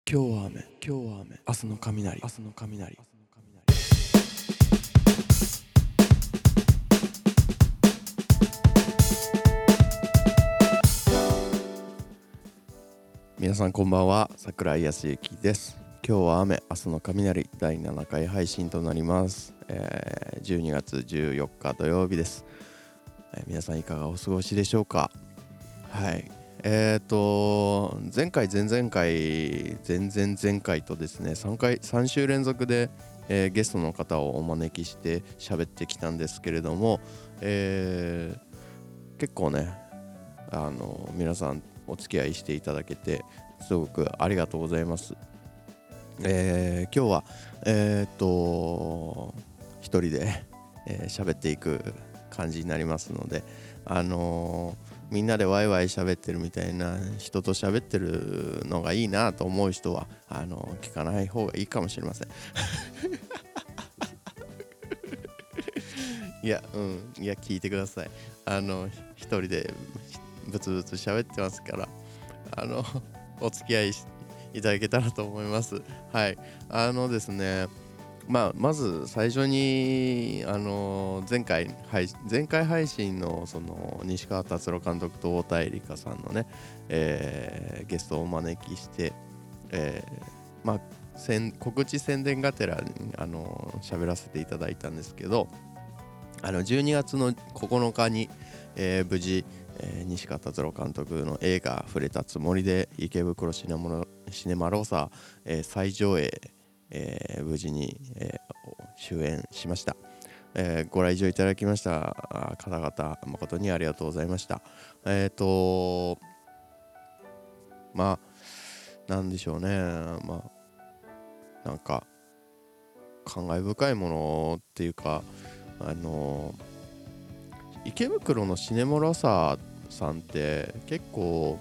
今日は雨、明日の雷。皆さんこんばんは、桜井康之です。今日は雨、明日の雷第7回配信となります。12月14日土曜日です。皆さんいかがお過ごしでしょうか。はい。前回前々回前回とですね3週連続で、ゲストの方をお招きして喋ってきたんですけれども、結構ね皆さんお付き合いしていただけてすごくありがとうございます。今日は一人で喋っていく感じになりますので、みんなでワイワイ喋ってるみたいな、人と喋ってるのがいいなと思う人は聞かない方がいいかもしれませんいや聞いてください。一人でブツブツ喋ってますから、お付き合いいただけたらと思います。はい。ですね、まず最初に前回配信のその西川達郎監督と太田恵梨香さんのね、ゲストをお招きして、告知宣伝がてら喋らせていただいたんですけど、12月の9日に、無事、西川達郎監督の映画触れたつもりで池袋シネマローサ、再上映無事に、終演しました。ご来場いただきました方々誠にありがとうございました。なんでしょうね、なんか感慨深いものっていうか、池袋のシネマロサさんって結構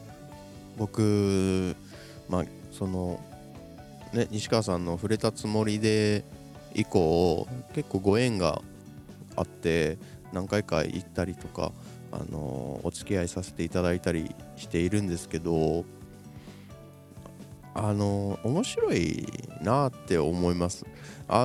僕そのね、西川さんの触れたつもりで以降結構ご縁があって何回か行ったりとか、お付き合いさせていただいたりしているんですけど、面白いなって思います。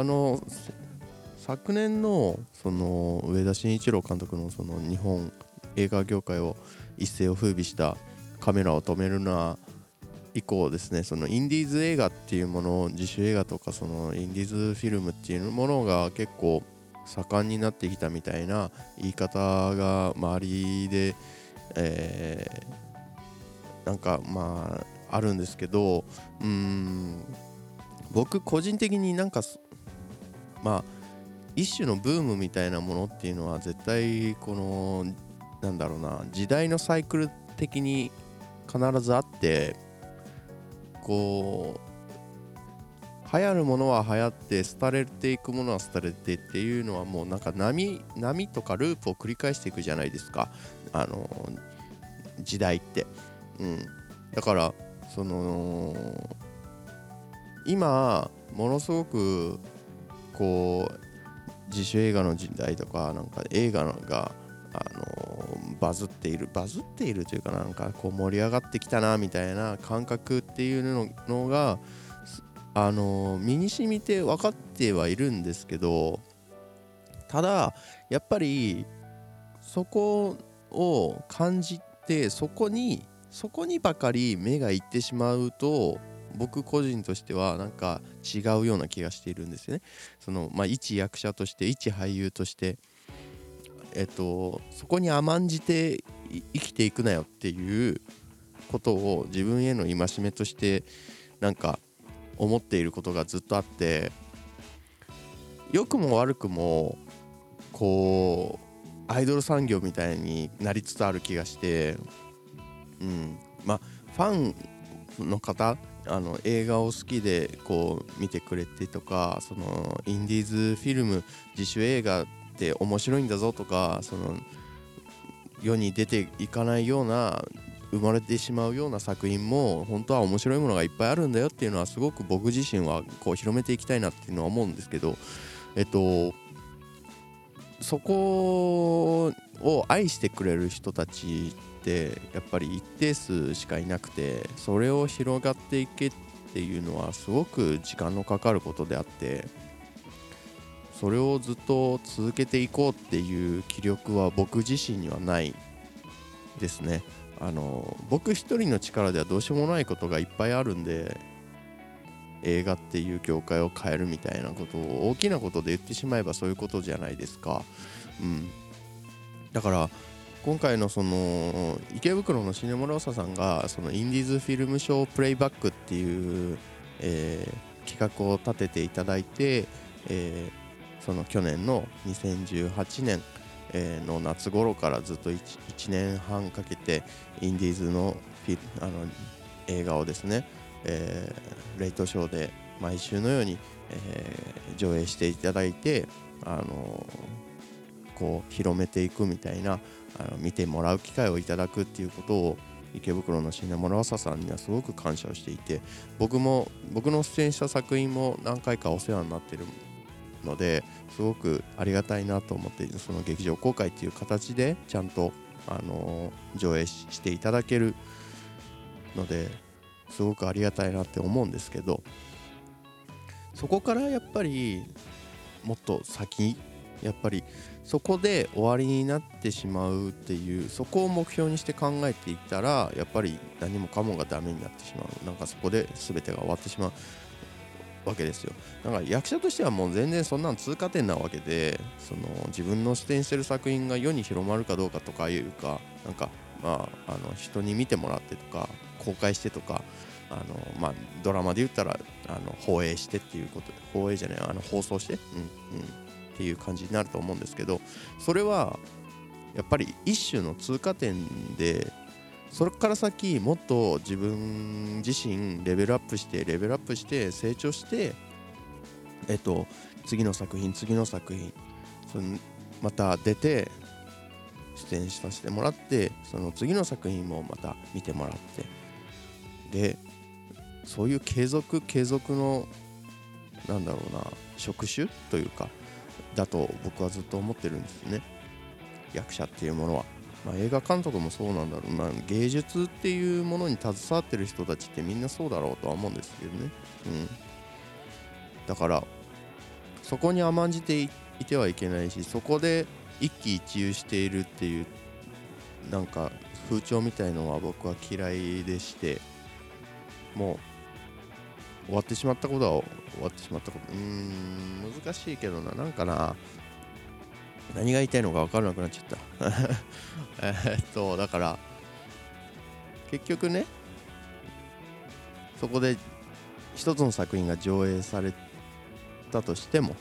昨年のその上田慎一郎監督のその日本映画業界を一世を風靡したカメラを止めるな以降ですね、そのインディーズ映画っていうもの、自主映画とかそのインディーズフィルムっていうものが結構盛んになってきたみたいな言い方が周りで、あるんですけど、僕個人的に一種のブームみたいなものっていうのは絶対この時代のサイクル的に必ずあって、こう流行るものは流行って廃れていくものは廃れてっていうのはもう波とかループを繰り返していくじゃないですか、時代って、だからその今ものすごくこう自主映画の時代とか映画がバズっているというかこう盛り上がってきたなみたいな感覚っていうのが身に染みて分かってはいるんですけど、ただやっぱりそこを感じてそこにばかり目がいってしまうと、僕個人としては違うような気がしているんですよね。一役者として一俳優としてそこに甘んじて生きていくなよっていうことを自分への戒めとして思っていることがずっとあって、良くも悪くもこうアイドル産業みたいになりつつある気がして、ファンの方映画を好きでこう見てくれてとか、そのインディーズフィルム自主映画って面白いんだぞとか、その世に出ていかないような生まれてしまうような作品も本当は面白いものがいっぱいあるんだよっていうのはすごく僕自身はこう広めていきたいなっていうのは思うんですけど、そこを愛してくれる人たちってやっぱり一定数しかいなくて、それを広がっていけっっていうのはすごく時間のかかることであって、それをずっと続けていこうっていう気力は僕自身にはないですね。僕一人の力ではどうしようもないことがいっぱいあるんで、映画っていう業界を変えるみたいなことを大きなことで言ってしまえばそういうことじゃないですか。だから今回のその池袋のシネモローサさんがそのインディーズフィルムショープレイバックっていう、企画を立てていただいて、その去年の2018年、の夏頃からずっと 1年半かけてインディーズの映画をですね、レイトショーで毎週のように、上映していただいて、こう広めていくみたいな、見てもらう機会をいただくっていうことを池袋のシネモラサさんにはすごく感謝をしていて、僕の出演した作品も何回かお世話になっているのですごくありがたいなと思って、その劇場公開っていう形でちゃんと、上映していただけるのですごくありがたいなって思うんですけど、そこからやっぱりもっと先、やっぱりそこで終わりになってしまうっていう、そこを目標にして考えていったらやっぱり何もかもがダメになってしまう、なんかそこで全てが終わってしまうわけですよ。だから役者としてはもう全然そんなの通過点なわけで、その自分の出演してる作品が世に広まるかどうかとかいうか、なんか人に見てもらってとか公開してとか、ドラマで言ったら放映してっていうことで、放映じゃない放送して、っていう感じになると思うんですけど、それはやっぱり一種の通過点で、それから先もっと自分自身レベルアップして成長して、次の作品また出て出演させてもらって、その次の作品もまた見てもらって、でそういう継続のなんだろうな、職種というかだと僕はずっと思ってるんですね、役者っていうものは。映画監督もそうなんだろうな、芸術っていうものに携わってる人たちってみんなそうだろうとは思うんですけどね。だからそこに甘んじて いてはいけないし、そこで一喜一憂しているっていうなんか風潮みたいのは僕は嫌いでして、もう終わってしまったことは終わってしまったこと、難しいけどな、なんかな、何が言いたいのか分からなくなっちゃっただから結局ね、そこで一つの作品が上映されたとしても、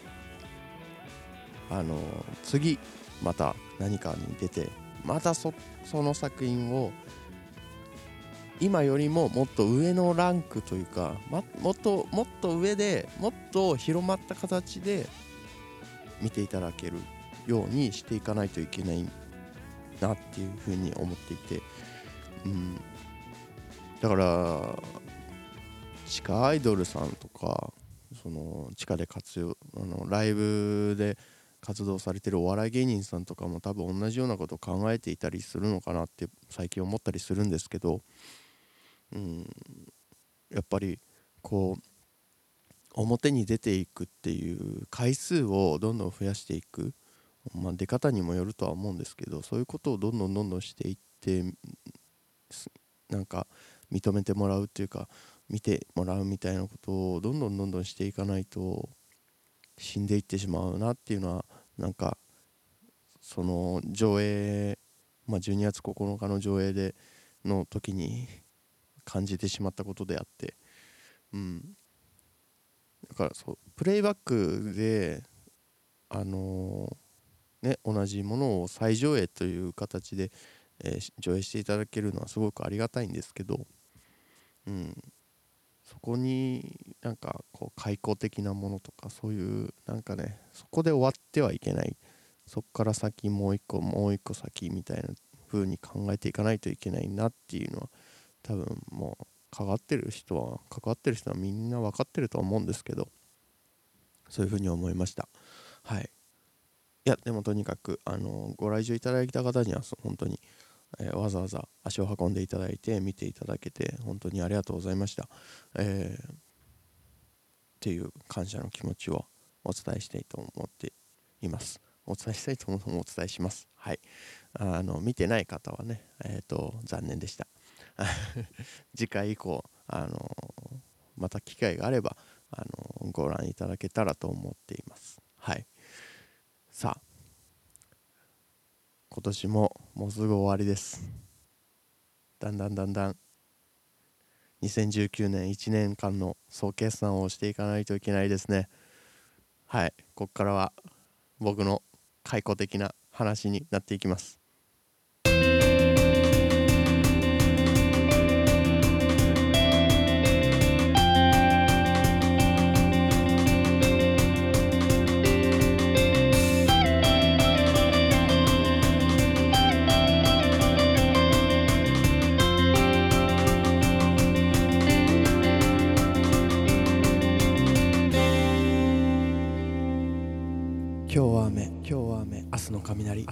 次また何かに出て、またその作品を今よりももっと上のランクというか、もっと上でもっと広まった形で見ていただけるようにしていかないといけないなっていうふうに思っていて、だから地下アイドルさんとか、その地下でライブで活動されてるお笑い芸人さんとかも多分同じようなことを考えていたりするのかなって最近思ったりするんですけど、やっぱりこう表に出ていくっていう回数をどんどん増やしていく、出方にもよるとは思うんですけど、そういうことをどんどんしていって、なんか認めてもらうっていうか見てもらうみたいなことをどんどんしていかないと死んでいってしまうなっていうのは、なんかその上映、12月9日の上映の時に感じてしまったことであって、だからプレイバックで同じものを再上映という形で、上映していただけるのはすごくありがたいんですけど、そこになんかこう開口的なものとか、そういうなんかね、そこで終わってはいけない、そこから先もう一個先みたいな風に考えていかないといけないなっていうのは、多分もう関わってる人はみんな分かってると思うんですけど、そういう風に思いました。はい。いやでもとにかくご来場いただいた方には本当に、わざわざ足を運んでいただいて見ていただけて本当にありがとうございました。 っていう感謝の気持ちをお伝えしたいと思っています。お伝えしたいと思うのもお伝えします。はい。見てない方はね、残念でした。次回以降、また機会があれば、ご覧いただけたらと思っています。はい。さあ、今年ももうすぐ終わりです。だんだん2019年1年間の総決算をしていかないといけないですね。はい。ここからは僕の開口的な話になっていきます。今日は雨、明日の雷。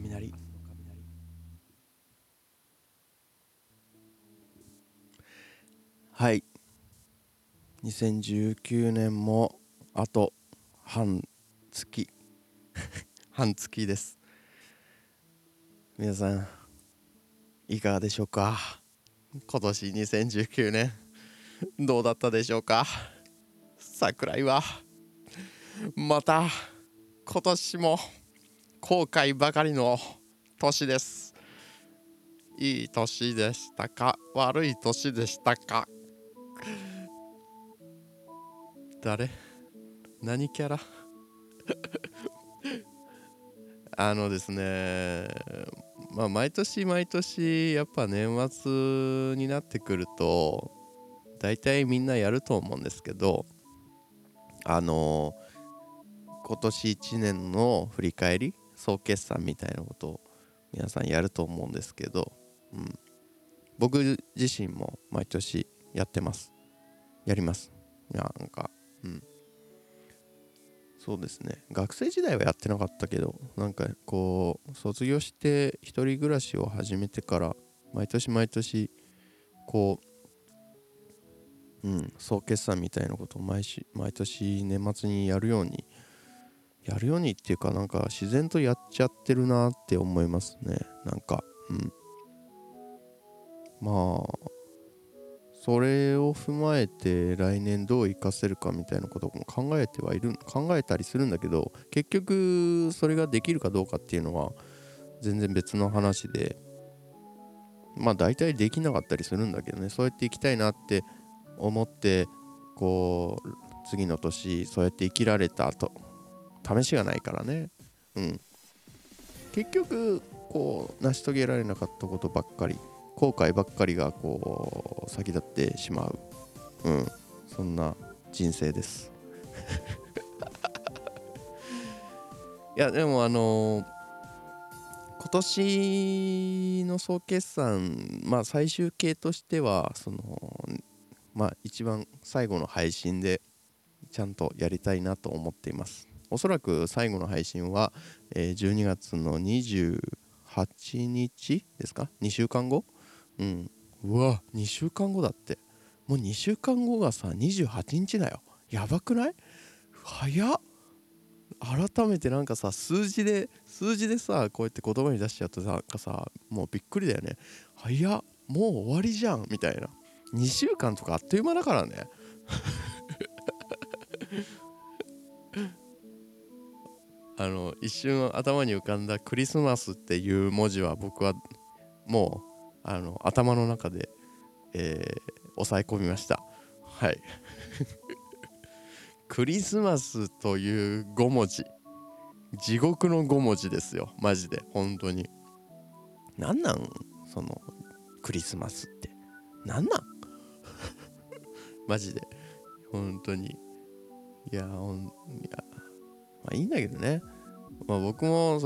はい。2019年もあと半月半月です。皆さんいかがでしょうか。今年2019年どうだったでしょうか。桜井はまた今年も後悔ばかりの年です。いい年でしたか、悪い年でしたか。何キャラですね、毎年やっぱ年末になってくると大体みんなやると思うんですけど、今年1年の振り返り、総決算みたいなことを皆さんやると思うんですけど、僕自身も毎年やります。なんかそうですね、学生時代はやってなかったけど、なんかこう卒業して一人暮らしを始めてから毎年こう総決算みたいなことを毎年年末にやるようにっていうか、なんか自然とやっちゃってるなって思いますね。なんかそれを踏まえて来年どう活かせるかみたいなことも考えたりするんだけど、結局それができるかどうかっていうのは全然別の話で、大体できなかったりするんだけどね。そうやっていきたいなって思ってこう次の年そうやって生きられたと試しがないからね。結局こう成し遂げられなかったことばっかり、後悔ばっかりがこう先立ってしまう、そんな人生ですいやでも今年の総決算、最終形としては一番最後の配信でちゃんとやりたいなと思っています。おそらく最後の配信は、12月の28日ですか。2週間後。うわ2週間後だって。もう2週間後がさ28日だよ。やばくない？早っ。改めてなんかさ数字でさこうやって言葉に出しちゃうとなんかさもうびっくりだよね。早っ、もう終わりじゃんみたいな。2週間とかあっという間だからね一瞬頭に浮かんだクリスマスっていう文字は僕はもう頭の中で、抑え込みました。はいクリスマスという5文字、地獄の5文字ですよマジで。本当になんそのクリスマスってなんマジで本当に。いやいいんだけどね。僕も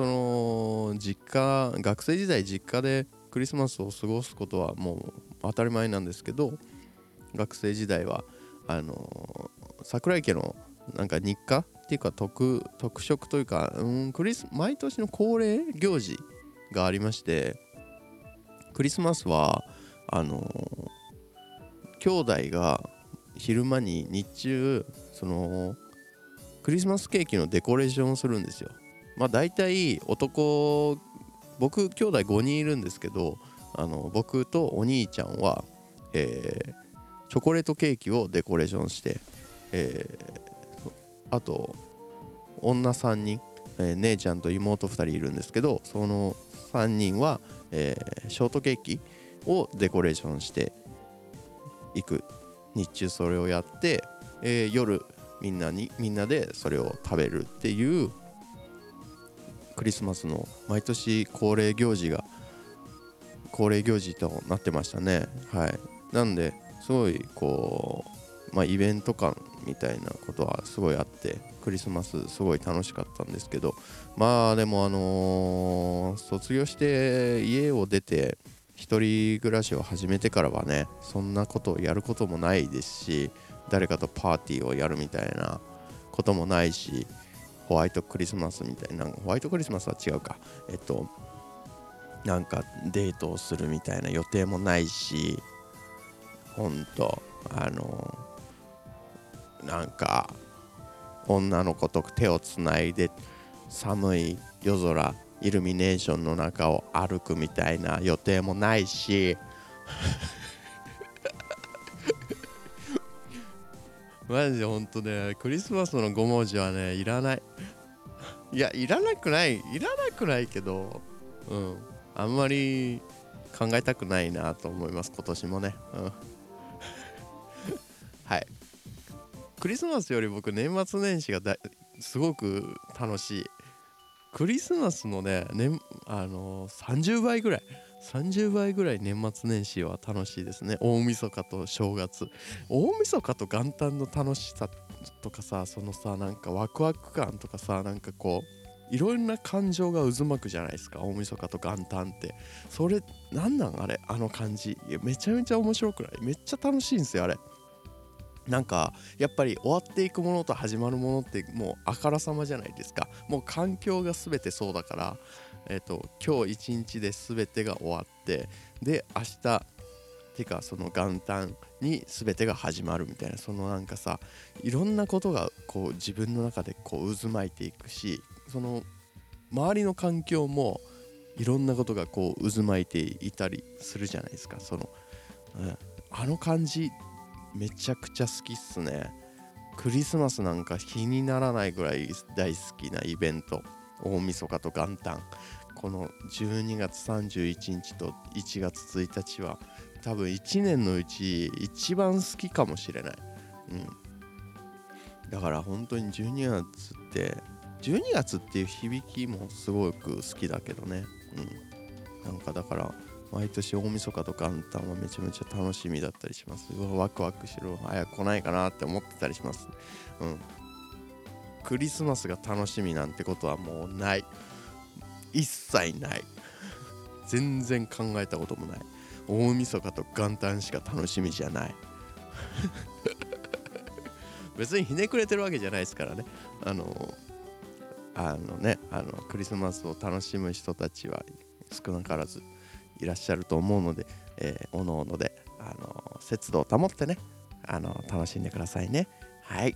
学生時代実家でクリスマスを過ごすことはもう当たり前なんですけど、学生時代は桜井家のなんか日課っていうか特色というか毎年の恒例行事がありまして、クリスマスは兄弟が昼間に日中そのクリスマスケーキのデコレーションをするんですよ。まあ大体僕兄弟5人いるんですけど、僕とお兄ちゃんは、チョコレートケーキをデコレーションして、あと女3人、姉ちゃんと妹2人いるんですけど、その3人は、ショートケーキをデコレーションしていく。日中それをやって、夜みんなでそれを食べるっていうクリスマスの毎年恒例行事となってましたね。はい。なんですごいこう、イベント感みたいなことはすごいあって、クリスマスすごい楽しかったんですけど、でも卒業して家を出て一人暮らしを始めてからはね、そんなことをやることもないですし、誰かとパーティーをやるみたいなこともないし、ホワイトクリスマスみたいな、ホワイトクリスマスは違うか、なんかデートをするみたいな予定もないし、ほんとなんか女の子と手をつないで寒い夜空イルミネーションの中を歩くみたいな予定もないしマジでほんとね、クリスマスの5文字はねいらない。いや、いらなくないけど、あんまり考えたくないなと思います、今年もね。はい。クリスマスより僕年末年始がすごく楽しい。クリスマスのね、30倍ぐらい年末年始は楽しいですね。大晦日と正月、大晦日と元旦の楽しさとかさ、そのさ、なんかワクワク感とかさ、なんかこういろんな感情が渦巻くじゃないですか、大晦日と元旦って。それあれ、あの感じ、いやめちゃめちゃ面白くない？めっちゃ楽しいんですよあれ。なんかやっぱり終わっていくものと始まるものってもうあからさまじゃないですか。もう環境が全てそうだから、今日一日で全てが終わって、で明日てかその元旦に全てが始まるみたいな、そのなんかさ、いろんなことがこう自分の中でこう渦巻いていくし、その周りの環境もいろんなことがこう渦巻いていたりするじゃないですか。あの感じめちゃくちゃ好きっすね。クリスマスなんか日にならないぐらい大好きなイベント。大晦日と元旦、この12月31日と1月1日は多分1年のうち一番好きかもしれない。だから本当に12月っていう響きもすごく好きだけどね。なんかだから毎年大晦日と元旦はめちゃめちゃ楽しみだったりします。ワクワクしろ、早く来ないかなって思ってたりします。クリスマスが楽しみなんてことはもうない。一切ない。全然考えたこともない。大晦日と元旦しか楽しみじゃない別にひねくれてるわけじゃないですからね。クリスマスを楽しむ人たちは少なからずいらっしゃると思うので、おのおので節度を保ってね、楽しんでくださいね。はい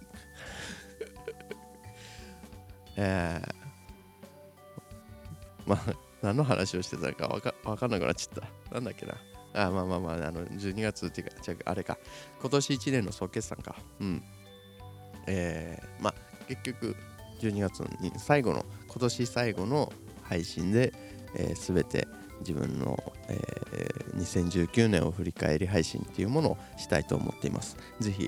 何の話をしてたのか分かんなくなっちゃった。なんだっけな。12月っていうか、あれか、今年1年の総決算か。結局12月に今年最後の配信で、全て自分の、2019年を振り返り配信っていうものをしたいと思っています。ぜひ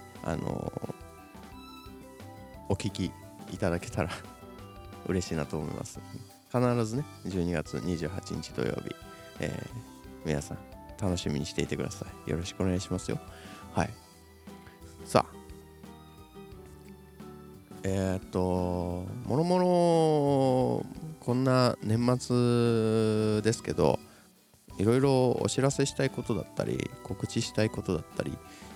お聞きいただけたら嬉しいなと思います。必ずね、12月28日土曜日、皆さん楽しみにしていてください。よろしくお願いしますよ。はい。さあ、もろもろこんな年末ですけど、いろいろお知らせしたいことだったり告知したいことだったり、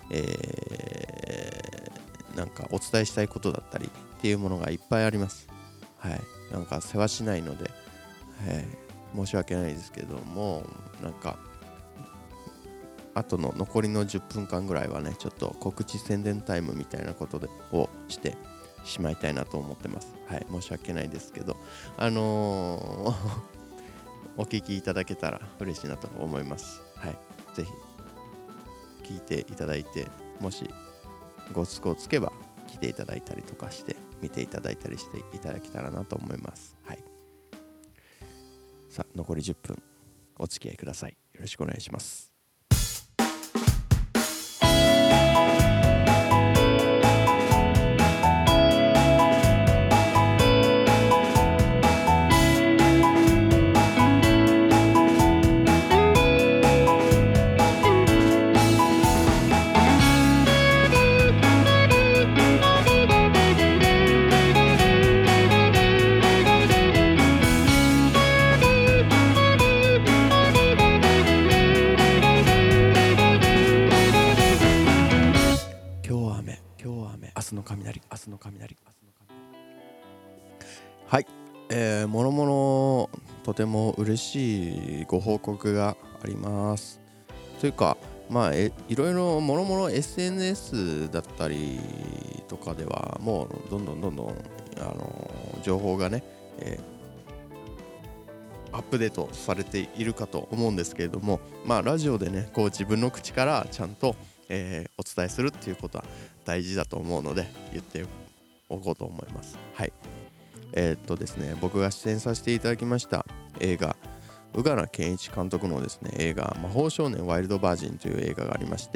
なんかお伝えしたいことだったりっていうものがいっぱいあります。はい。なんか世話しないので、申し訳ないですけども、なんか後の残りの10分間ぐらいはねちょっと告知宣伝タイムみたいなことをしてしまいたいなと思ってます。はい、申し訳ないですけどお聞きいただけたら嬉しいなと思います。はい、ぜひ聞いていただいて、もしご都合つけば来ていただいたりとかして見ていただいたりしていただけたらなと思います。はい、さあ残り10分お付き合いください。よろしくお願いします。はい、もろもろとても嬉しいご報告があります。というかいろいろもろもろ SNS だったりとかではもうどんどん情報がね、アップデートされているかと思うんですけれども、ラジオでねこう自分の口からちゃんと、お伝えするっていうことは大事だと思うので言っておこうと思います。はい、ですね、僕が出演させていただきました映画、宇賀名健一監督のですね映画魔法少年ワイルドバージンという映画がありまして、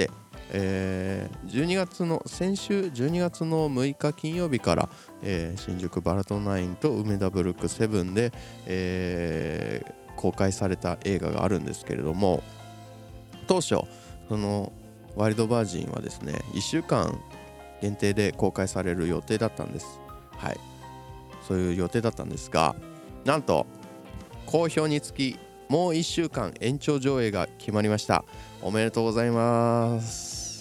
先週12月の6日金曜日から、新宿バラトナインと梅田ブルックセブンで、公開された映画があるんですけれども、当初そのワイルドバージンはですね1週間限定で公開される予定だったんです。はい、そういう予定だったんですが、なんと好評につきもう1週間延長上映が決まりました。おめでとうございます。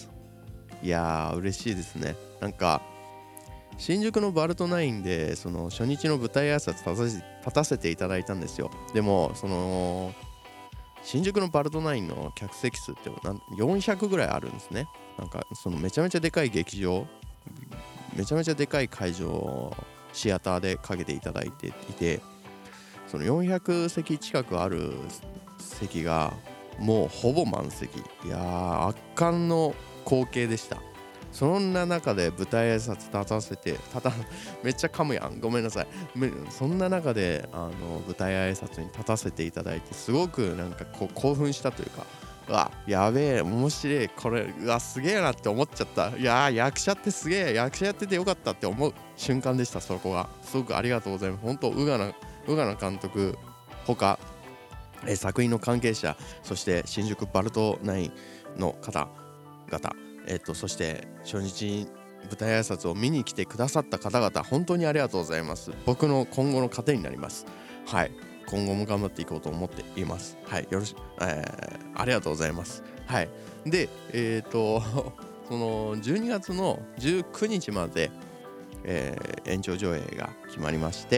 いやー嬉しいですね。なんか新宿のバルトナインでその初日の舞台挨拶立たせていただいたんですよ。でもその新宿のバルトナインの客席数って400ぐらいあるんですね。なんかそのめちゃめちゃでかい劇場、めちゃめちゃでかい会場をシアターでかけていただいていて、その400席近くある席がもうほぼ満席。いやー圧巻の光景でした。そんな中で舞台挨拶立たせてめっちゃ噛むやん、ごめんなさい。そんな中で舞台挨拶に立たせていただいてすごくなんかこう興奮したというか、うわやべえ面白いこれ、うわすげえなって思っちゃった。いやー役者ってすげえ、役者やっててよかったって思う瞬間でした。そこがすごくありがとうございます。本当宇賀名監督ほか、作品の関係者、そして新宿バルトナインの方々、そして初日舞台挨拶を見に来てくださった方々、本当にありがとうございます。僕の今後の糧になります。はい、今後も頑張っていこうと思っています。はい、ありがとうございます。はい、でその12月の19日まで、延長上映が決まりまして、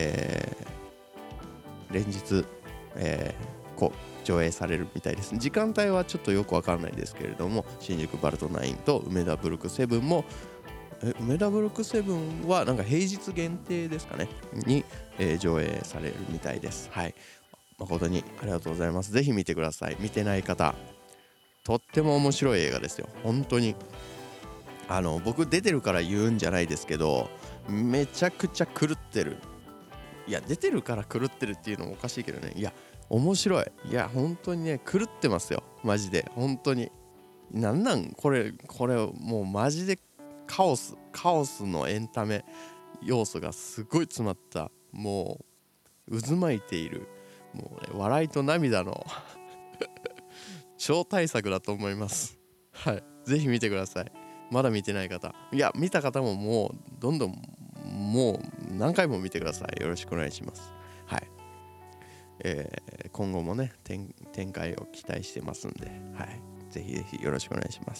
連日、上映されるみたいです。時間帯はちょっとよくわからないですけれども、新宿バルトナインと梅田ブルクセブンも梅田ブルクセブンはなんか平日限定ですかねに、上映されるみたいです。はい、誠にありがとうございます。ぜひ見てください。見てない方、とっても面白い映画ですよ。本当に僕出てるから言うんじゃないですけど、めちゃくちゃ狂ってる。いや出てるから狂ってるっていうのもおかしいけどね、いや面白い。いや本当にね狂ってますよマジで。本当にこれもうマジでカオスのエンタメ要素がすごい詰まった、もう渦巻いている、もうね笑いと涙の超大作だと思います。はい、ぜひ見てください。まだ見てない方、いや見た方ももうどんどんもう何回も見てください。よろしくお願いします。はい、今後もね展開を期待してますんで、はい、ぜひぜひよろしくお願いします。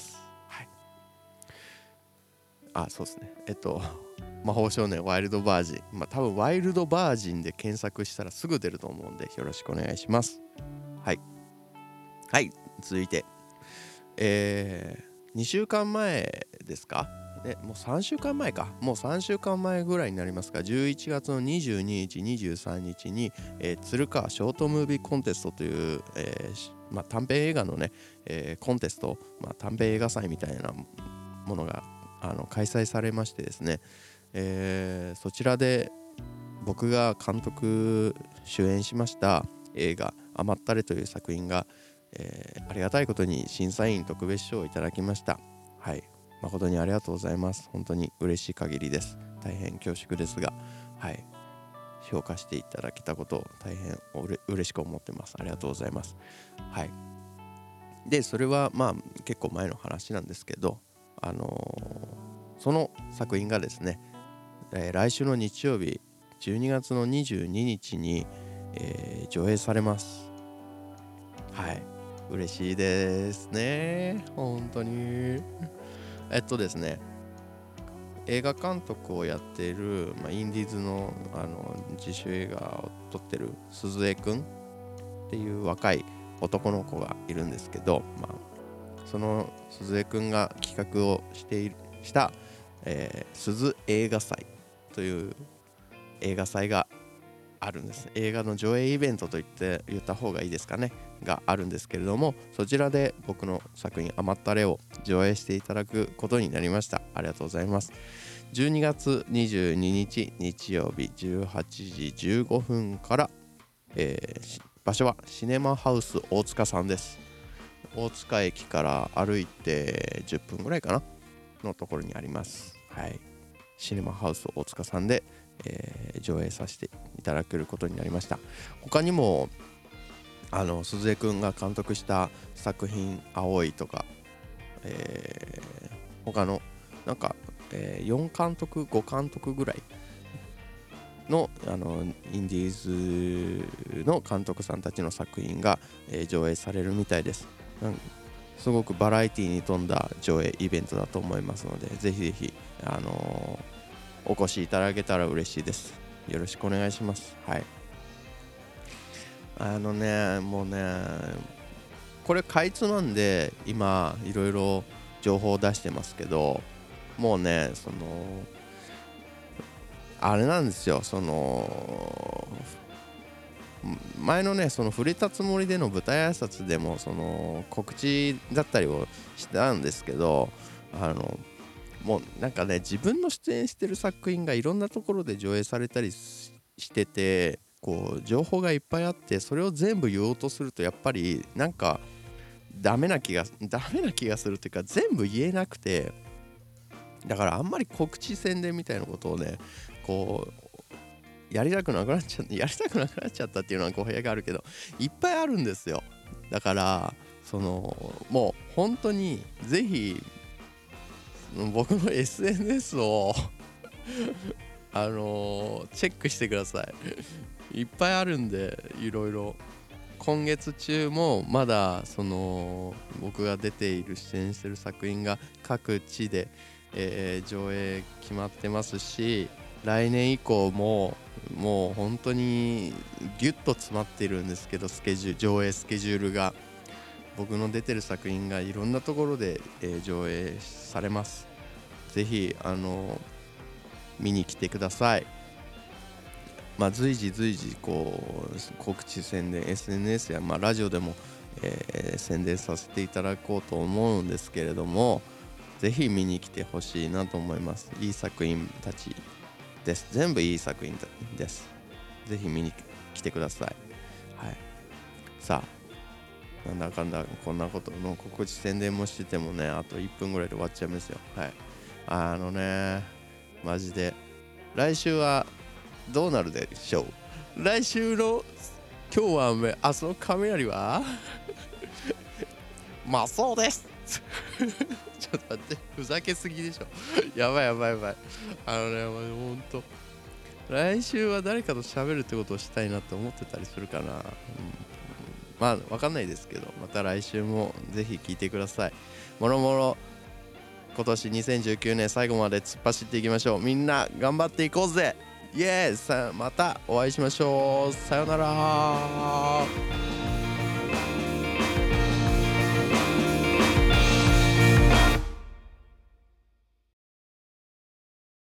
はい、そうですね。魔法少年ワイルドバージン、多分ワイルドバージンで検索したらすぐ出ると思うんでよろしくお願いします。はい、続いて 2週間前ですかね、もう3週間前か、もう3週間前ぐらいになりますか、11月の22日23日に、鶴川ショートムービーコンテストという、短編映画のね、コンテスト、短編映画祭みたいなものが開催されましてですね、そちらで僕が監督主演しました映画「甘ったれ」という作品が、ありがたいことに審査員特別賞をいただきました。はい、誠にありがとうございます。本当に嬉しい限りです。大変恐縮ですが、はい、評価していただけたことを大変嬉しく思ってます。ありがとうございます。はい。でそれは結構前の話なんですけど、その作品がですね、来週の日曜日12月の22日に、上映されます。はい、嬉しいですね、本当に。ですね、映画監督をやっている、インディーズの、自主映画を撮ってる鈴江くんっていう若い男の子がいるんですけど、その鈴江くんが企画をした、鈴映画祭という映画祭があるんです。映画の上映イベントと言った方がいいですかね、があるんですけれども、そちらで僕の作品甘ったれを上映していただくことになりました。ありがとうございます。12月22日日曜日18時15分から、場所はシネマハウス大塚さんです。大塚駅から歩いて10分ぐらいかなのところにあります。はい、シネマハウス大塚さんで、上映させていただけることになりました。他にも鈴江くんが監督した作品「青い」とか、他のなんか、4監督5監督ぐらいの、インディーズの監督さんたちの作品が、上映されるみたいです。すごくバラエティに富んだ上映イベントだと思いますので、ぜひぜひ、お越しいただけたら嬉しいです。よろしくお願いします。はい。もうね、これかいつまんで今いろいろ情報を出してますけど、もうね、あれなんですよ、前のね、触れたつもりでの舞台挨拶でも告知だったりをしたんですけど、もうなんかね、自分の出演してる作品がいろんなところで上映されたりしてて、こう情報がいっぱいあって、それを全部言おうとするとやっぱりなんかダメな気がするというか、全部言えなくて、だからあんまり告知宣伝みたいなことをね、こうやりたくなくなっちゃったっていうのは語弊があるけど、いっぱいあるんですよ。だからもう本当にぜひ僕の SNS をチェックしてください。いっぱいあるんで、いろいろ今月中もまだ僕が出演してる作品が各地で、上映決まってますし、来年以降ももう本当にギュッと詰まってるんですけど、上映スケジュールが、僕の出てる作品がいろんなところで、上映されます。ぜひ見に来てください。随時こう告知宣伝 SNS や、ラジオでも、宣伝させていただこうと思うんですけれども、ぜひ見に来てほしいなと思います。いい作品たちです。全部いい作品です。ぜひ見に来てください。はい。さあ、なんだかんだこんなことの告知宣伝もしててもね、あと1分ぐらいで終わっちゃいますよ。はい。マジで来週はどうなるでしょう。来週の今日は雨、明日の雷はそうですちょっと待って、ふざけすぎでしょやばい。ほんと来週は誰かと喋るってことをしたいなと思ってたりするかな。わかんないですけど、また来週もぜひ聞いてください。もろもろ今年2019年最後まで突っ走っていきましょう。みんな頑張っていこうぜ。イエーイ。またお会いしましょう。さよなら。